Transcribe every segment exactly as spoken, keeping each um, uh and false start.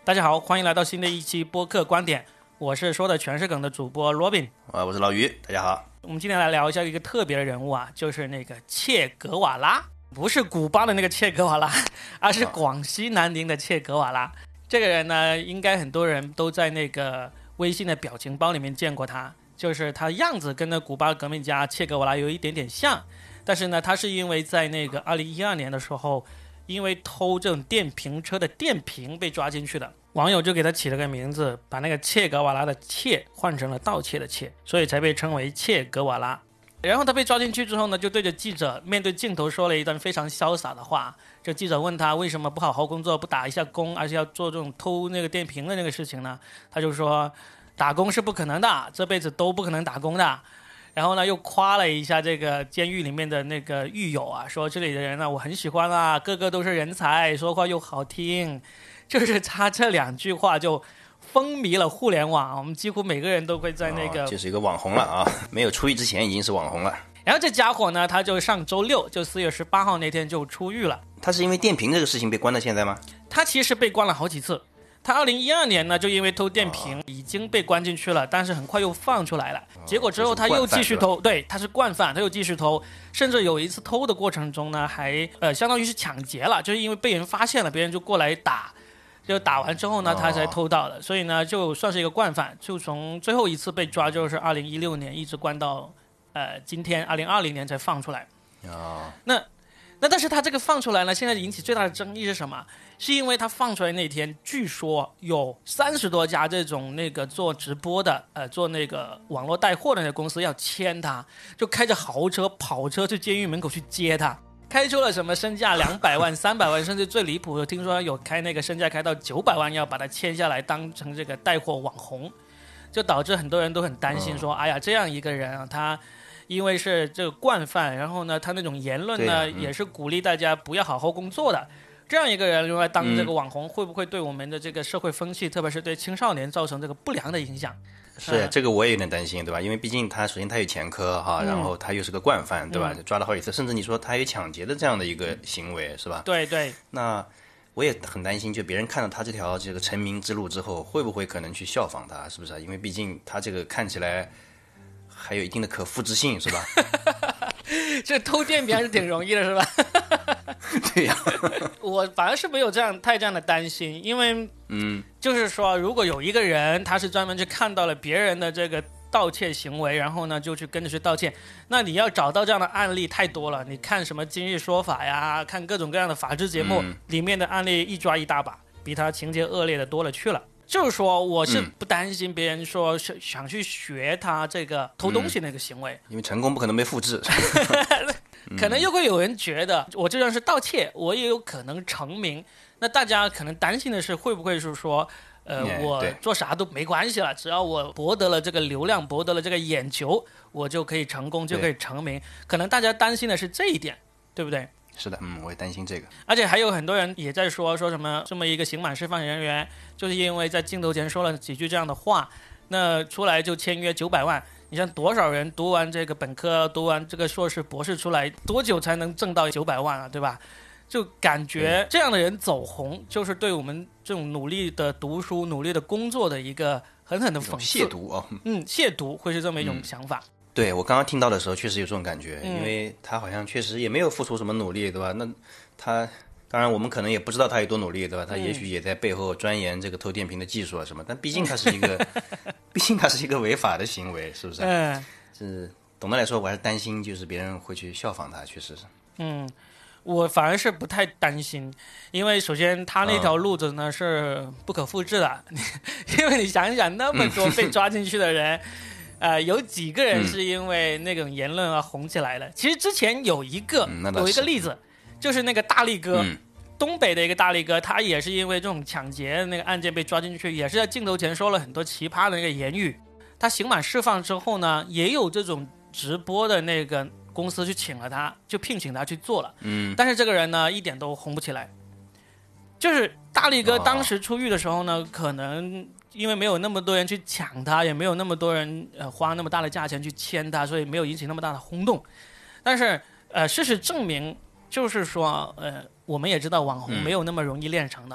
大家好，欢迎来到新的一期播客观点，我是说的全是梗的主播 Robin， 啊，我是老于，大家好。 我们今天来聊一下一个特别的人物啊，就是那个切格瓦拉，不是古巴的那个切格瓦拉，而是广西南宁的切格瓦拉。这个人呢，应该很多人都在那个微信的表情包里面见过他，就是他样子跟那古巴革命家切格瓦拉有一点点像，但是呢，他是因为在那个二零一二年的时候，因为偷这种电瓶车的电瓶被抓进去的。网友就给他起了个名字，把那个切格瓦拉的切换成了盗窃的窃，所以才被称为切格瓦拉。然后他被抓进去之后呢，就对着记者面对镜头说了一段非常潇洒的话。这记者问他为什么不好好工作，不打一下工，而是要做这种偷那个电瓶的那个事情呢？他就说打工是不可能的，这辈子都不可能打工的。然后呢，又夸了一下这个监狱里面的那个狱友啊，说这里的人呢我很喜欢啊，个个都是人才，说话又好听。就是他这两句话就风靡了互联网，我们几乎每个人都会在那个、 哦、就是一个网红了啊，没有出狱之前已经是网红了。 然后这家伙呢，他就上周六，就四月十八号那天就出狱了。 他是因为电瓶这个事情被关到现在吗？ 他其实被关了好几次。他二零一二年呢，就因为偷电瓶已经被关进去了，但是很快又放出来了。结果之后他又继续偷，对，他是惯犯，他又继续偷，甚至有一次偷的过程中呢，还呃相当于是抢劫了，就是因为被人发现了，别人就过来打。就打完之后呢，他才偷到的，所以呢，就算是一个惯犯。就从最后一次被抓，就是二零一六年，一直关到呃今天二零二零年才放出来。 哦， 那那但是他这个放出来呢，现在引起最大的争议是什么？是因为他放出来那天，据说有三十多家这种那个做直播的，呃，做那个网络带货的那个公司要签他，就开着豪车、跑车去监狱门口去接他。开出了什么身价两百万、三百万，甚至最离谱的，听说有开那个身价开到九百万，要把它签下来当成这个带货网红，就导致很多人都很担心说，哎呀，这样一个人啊，他因为是这个惯犯，然后呢，他那种言论呢，也是鼓励大家不要好好工作的。这样一个人用来当这个网红，会不会对我们的这个社会风气，特别是对青少年造成这个不良的影响？ 是，这个我也有点担心，对吧？因为毕竟他首先他有前科哈，然后他又是个惯犯，对吧？ 嗯、 抓了好几次，甚至你说他有抢劫的这样的一个行为，是吧？ 对对。 那我也很担心，就别人看到他这条这个成名之路之后，会不会可能去效仿他，是不是？因为毕竟他这个看起来还有一定的可复制性，是吧？ 这偷电瓶还是挺容易的，是吧？ 对呀、啊， 我反而是没有这样太这样的担心，因为嗯，就是说，如果有一个人他是专门去看到了别人的这个盗窃行为，然后呢就去跟着去盗窃，那你要找到这样的案例太多了。你看什么今日说法呀，看各种各样的法制节目、嗯、里面的案例一抓一大把，比他情节恶劣的多了去了。就是说，我是不担心别人说是想去学他这个偷东西那个行为， 嗯、因为成功不可能被复制。 可能又会有人觉得我这样是盗窃，我也有可能成名。那大家可能担心的是，会不会是说，呃， yeah, 我做啥都没关系了，只要我博得了这个流量，博得了这个眼球，我就可以成功，就可以成名。可能大家担心的是这一点，对不对？ 是的，嗯，我也担心这个。 而且还有很多人也在说，说什么这么一个刑满释放人员，就是因为在镜头前说了几句这样的话，那出来就签约九百万。你像多少人读完这个本科，读完这个硕士、博士出来，多久才能挣到九百万啊？对吧？就感觉这样的人走红，就是对我们这种努力的读书、努力的工作的一个狠狠的讽刺、 亵渎啊！ 嗯，亵渎会是这么一种想法。 嗯对，我刚刚听到的时候确实有这种感觉、 嗯、 因为他好像确实也没有付出什么努力，对吧？那他当然我们可能也不知道他有多努力，对吧？他也许也在背后钻研这个偷电瓶的技术啊什么，但毕竟他是一个毕竟他是一个违法的行为，是不是？ 嗯， 是总的来说我还是担心就是别人会去效仿他，确实是。 嗯，我反而是不太担心，因为首先他那条路子呢、嗯、是不可复制的，因为你想一想那么多被抓进去的人呃，有几个人是因为那种言论啊红起来了、嗯、其实之前有一个、嗯、有一个例子，就是那个大力哥、嗯、东北的一个大力哥，他也是因为这种抢劫那个案件被抓进去，也是在镜头前说了很多奇葩的那个言语。他刑满释放之后呢，也有这种直播的那个公司去请了他，就聘请他去做了，嗯，但是这个人呢一点都红不起来。就是大力哥当时出狱的时候呢、哦、可能因为没有那么多人去抢他，也没有那么多人呃花那么大的价钱去签他，所以没有引起那么大的轰动。但是呃事实证明，就是说呃我们也知道网红没有那么容易练成的、嗯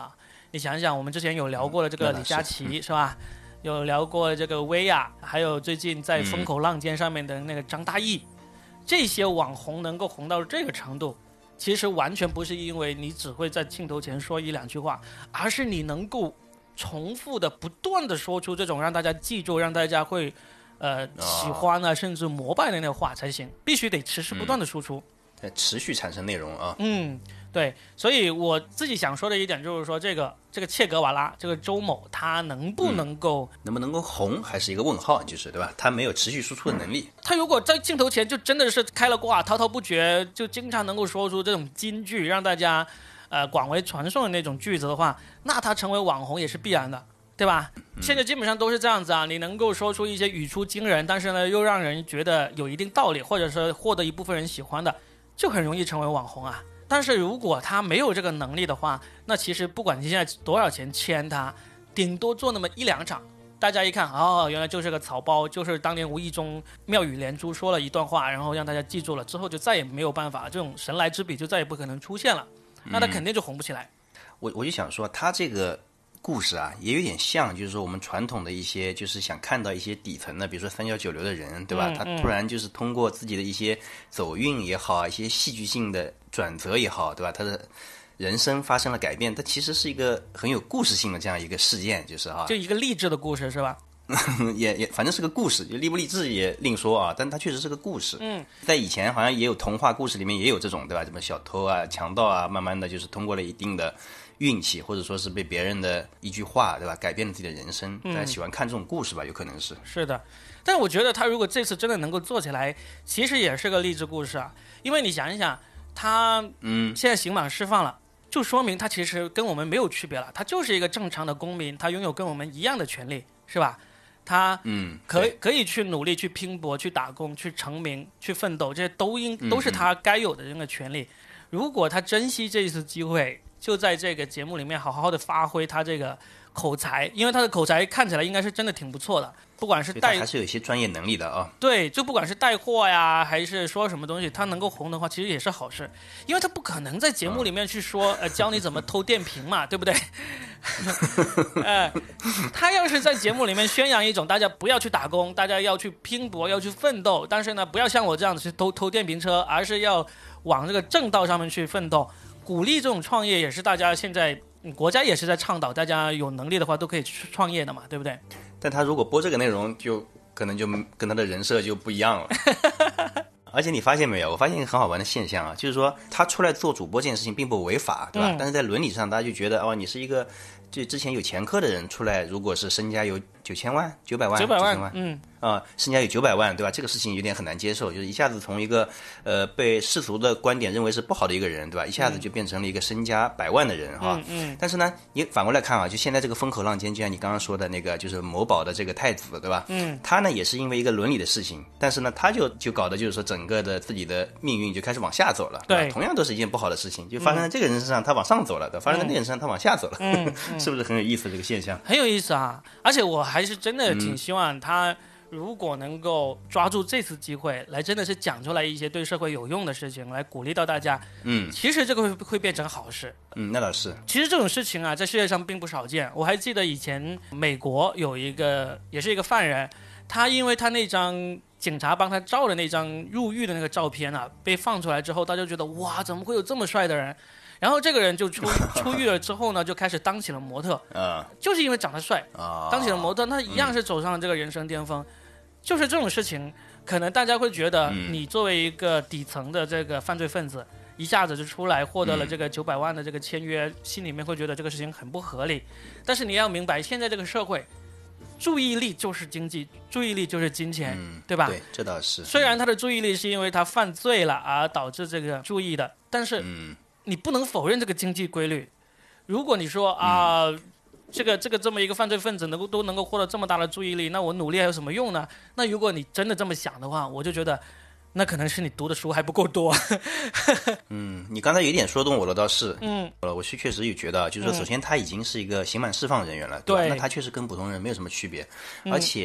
你想想，我们之前有聊过的这个李佳琦、嗯、是, 是吧？有聊过这个薇娅，还有最近在风口浪尖上面的那个张大奕、嗯，这些网红能够红到这个程度，其实完全不是因为你只会在镜头前说一两句话，而是你能够重复的、不断的说出这种让大家记住、让大家会呃喜欢啊，甚至膜拜的那个话才行，必须得持续不断的输出。 嗯，持续产生内容啊。 嗯，对，所以我自己想说的一点就是说，这个这个切格瓦拉，这个周某，他能不能够、 嗯、能不能够红，还是一个问号，就是对吧？他没有持续输出的能力。 他如果在镜头前就真的是开了挂，滔滔不绝，就经常能够说出这种金句，让大家呃广为传颂的那种句子的话，那他成为网红也是必然的。对吧？现在基本上都是这样子啊，你能够说出一些语出惊人，但是呢又让人觉得有一定道理，或者是获得一部分人喜欢的，就很容易成为网红啊。但是如果他没有这个能力的话，那其实不管你现在多少钱签他，顶多做那么一两场，大家一看，哦，原来就是个草包，就是当年无意中妙语连珠说了一段话，然后让大家记住了，之后就再也没有办法，这种神来之笔就再也不可能出现了，那他肯定就红不起来。 嗯、我我就想说，他这个故事啊，也有点像，就是说我们传统的一些，就是想看到一些底层的，比如说三教九流的人，对吧？嗯嗯、他突然就是通过自己的一些走运也好，一些戏剧性的转折也好，对吧？他的人生发生了改变，它其实是一个很有故事性的这样一个事件，就是哈， 就一个励志的故事，是吧？ 也也，反正是个故事，励不励志也另说啊，但它确实是个故事。 嗯， 在以前好像也有童话故事里面也有这种，对吧？什么小偷啊、强盗啊，慢慢的就是通过了一定的运气，或者说是被别人的一句话，对吧，改变了自己的人生。大家喜欢看这种故事吧？有可能是。 是的，但是我觉得他如果这次真的能够做起来，其实也是个励志故事啊。因为你想一想，他嗯现在刑满释放了，就说明他其实跟我们没有区别了，他就是一个正常的公民，他拥有跟我们一样的权利，是吧？他嗯可以可以去努力、去拼搏、去打工、去成名、去奋斗，这些都应都是他该有的这个权利。如果他珍惜这一次机会，就在这个节目里面好好的发挥他这个口才，因为他的口才看起来应该是真的挺不错的，不管是带还是有一些专业能力的啊。 对，就不管是带货呀，还是说什么东西，他能够红的话，其实也是好事，因为他不可能在节目里面去说、嗯、呃教你怎么偷电瓶嘛，对不对？呃，他要是在节目里面宣扬一种大家不要去打工，大家要去拼搏，要去奋斗，但是呢，不要像我这样子去偷偷电瓶车，而是要往这个正道上面去奋斗，鼓励这种创业，也是大家现在国家也是在倡导，大家有能力的话都可以去创业的嘛，对不对？ 但他如果播这个内容，就可能就跟他的人设就不一样了。而且你发现没有？我发现一个很好玩的现象啊，就是说他出来做主播这件事情并不违法，对吧？嗯、但是在伦理上，大家就觉得哦，你是一个就之前有前科的人出来，如果是身家有九千万、九百万、 九百万， 九千万， 嗯啊、呃，身家有九百万，对吧？这个事情有点很难接受，就是一下子从一个呃被世俗的观点认为是不好的一个人，对吧？一下子就变成了一个身家百万的人哈。 嗯, 嗯。 但是呢，你反过来看啊，就现在这个风口浪尖，就像你刚刚说的那个，就是某宝的这个太子，对吧？ 嗯。 他呢也是因为一个伦理的事情，但是呢，他就就搞得就是说整个的自己的命运就开始往下走了， 对， 同样都是一件不好的事情，就发生在这个人身上，他往上走了，对，发生在那个人身上，他往下走了， 嗯嗯、 是不是很有意思这个现象？ 很有意思啊！而且我还是真的挺希望他如果能够抓住这次机会，来真的是讲出来一些对社会有用的事情，来鼓励到大家。 嗯， 其实这个会会变成好事。 嗯，那倒是。 其实这种事情啊，在世界上并不少见。我还记得以前美国有一个，也是一个犯人，他因为他那张警察帮他照的那张入狱的那个照片啊，被放出来之后，大家就觉得哇，怎么会有这么帅的人？然后这个人就出出狱了之后呢，就开始当起了模特， 啊， 就是因为长得帅， 啊， 当起了模特，他一样是走上了这个人生巅峰。嗯、就是这种事情，可能大家会觉得，你作为一个底层的这个犯罪分子，嗯、一下子就出来获得了这个九百万的这个签约，嗯、心里面会觉得这个事情很不合理。但是你要明白，现在这个社会，注意力就是经济，注意力就是金钱， 嗯、 对吧？ 对，这倒是。 虽然他的注意力是因为他犯罪了而导致这个注意的，但是， 嗯。 你不能否认这个经济规律。如果你说啊、呃嗯，这个这个这么一个犯罪分子能够都能够获得这么大的注意力，那我努力还有什么用呢？那如果你真的这么想的话，我就觉得那可能是你读的书还不够多。 嗯，你刚才有点说动我了，倒是。 嗯， 我是确实有觉得，就是说，首先他已经是一个刑满释放人员了，对吧？ 对， 那他确实跟普通人没有什么区别，嗯、而且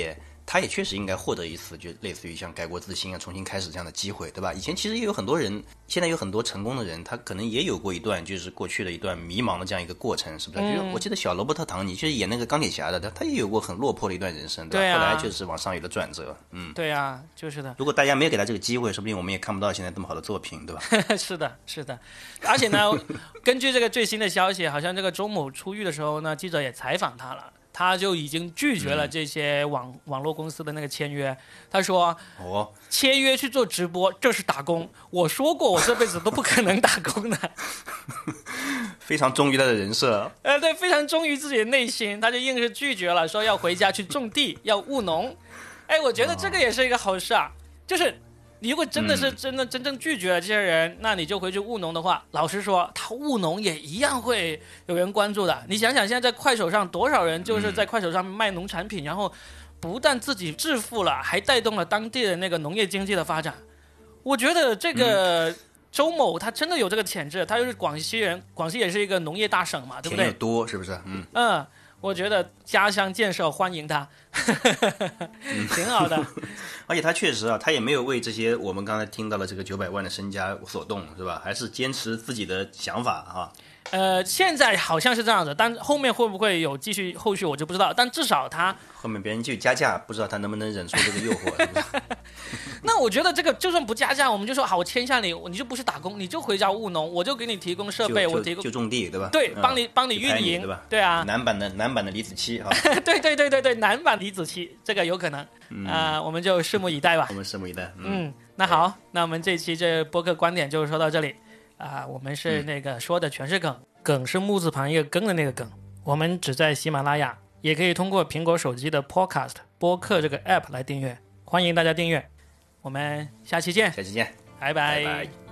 他也确实应该获得一次就类似于像改过自新啊、重新开始这样的机会，对吧？以前其实也有很多人，现在有很多成功的人，他可能也有过一段就是过去的一段迷茫的这样一个过程，是不是？嗯、就是我记得小罗伯特·唐尼就是演那个钢铁侠的，他他也有过很落魄的一段人生，对吧？ 对啊、 后来就是往上有了转折，嗯， 对啊，就是的。 如果大家没有给他这个机会，说不定我们也看不到现在这么好的作品，对吧？ 是的，是的。而且呢，根据这个最新的消息，好像这个周某出狱的时候呢，记者也采访他了。他就已经拒绝了这些网、嗯、网络公司的那个签约。他说：“哦，签约去做直播，这是打工。我说过，我这辈子都不可能打工的。” 非常忠于他的人设。 呃，对，非常忠于自己的内心，他就硬是拒绝了，说要回家去种地，要务农。哎，我觉得这个也是一个好事啊，就是你如果真的是真的真正拒绝了这些人、嗯、那你就回去务农的话，老实说他务农也一样会有人关注的。你想想现在在快手上多少人就是在快手上卖农产品、嗯、然后不但自己致富了，还带动了当地的那个农业经济的发展。我觉得这个周某他真的有这个潜质，他就是广西人，广西也是一个农业大省嘛，对不对？ 钱又多是不是？嗯嗯，我觉得家乡建设欢迎他挺好的。 而且他确实啊，他也没有为这些我们刚才听到了这个九百万的身家所动，是吧？还是坚持自己的想法啊。 呃，现在好像是这样子，但后面会不会有继续后续我就不知道。但至少他后面别人就加价，不知道他能不能忍受这个诱惑。是不是那我觉得这个就算不加价，我们就说好，我签下你，你就不是打工，你就回家务农，我就给你提供设备，我提供就种地，对吧？ 对，帮你、嗯、帮你运营， 对吧？ 对啊， 男版的男版的李子柒啊。 对对对对对，男版李子柒，这个有可能。嗯、呃，我们就拭目以待吧。 我们拭目以待。 嗯，嗯那好，那我们这期这播客观点就说到这里啊、呃。我们是那个说的全是梗，嗯、梗是木字旁一个羹的那个梗。我们只在喜马拉雅，也可以通过苹果手机的 Podcast 播客这个 App 来订阅，欢迎大家订阅。我们下期见， 下期见， 拜拜。 拜拜。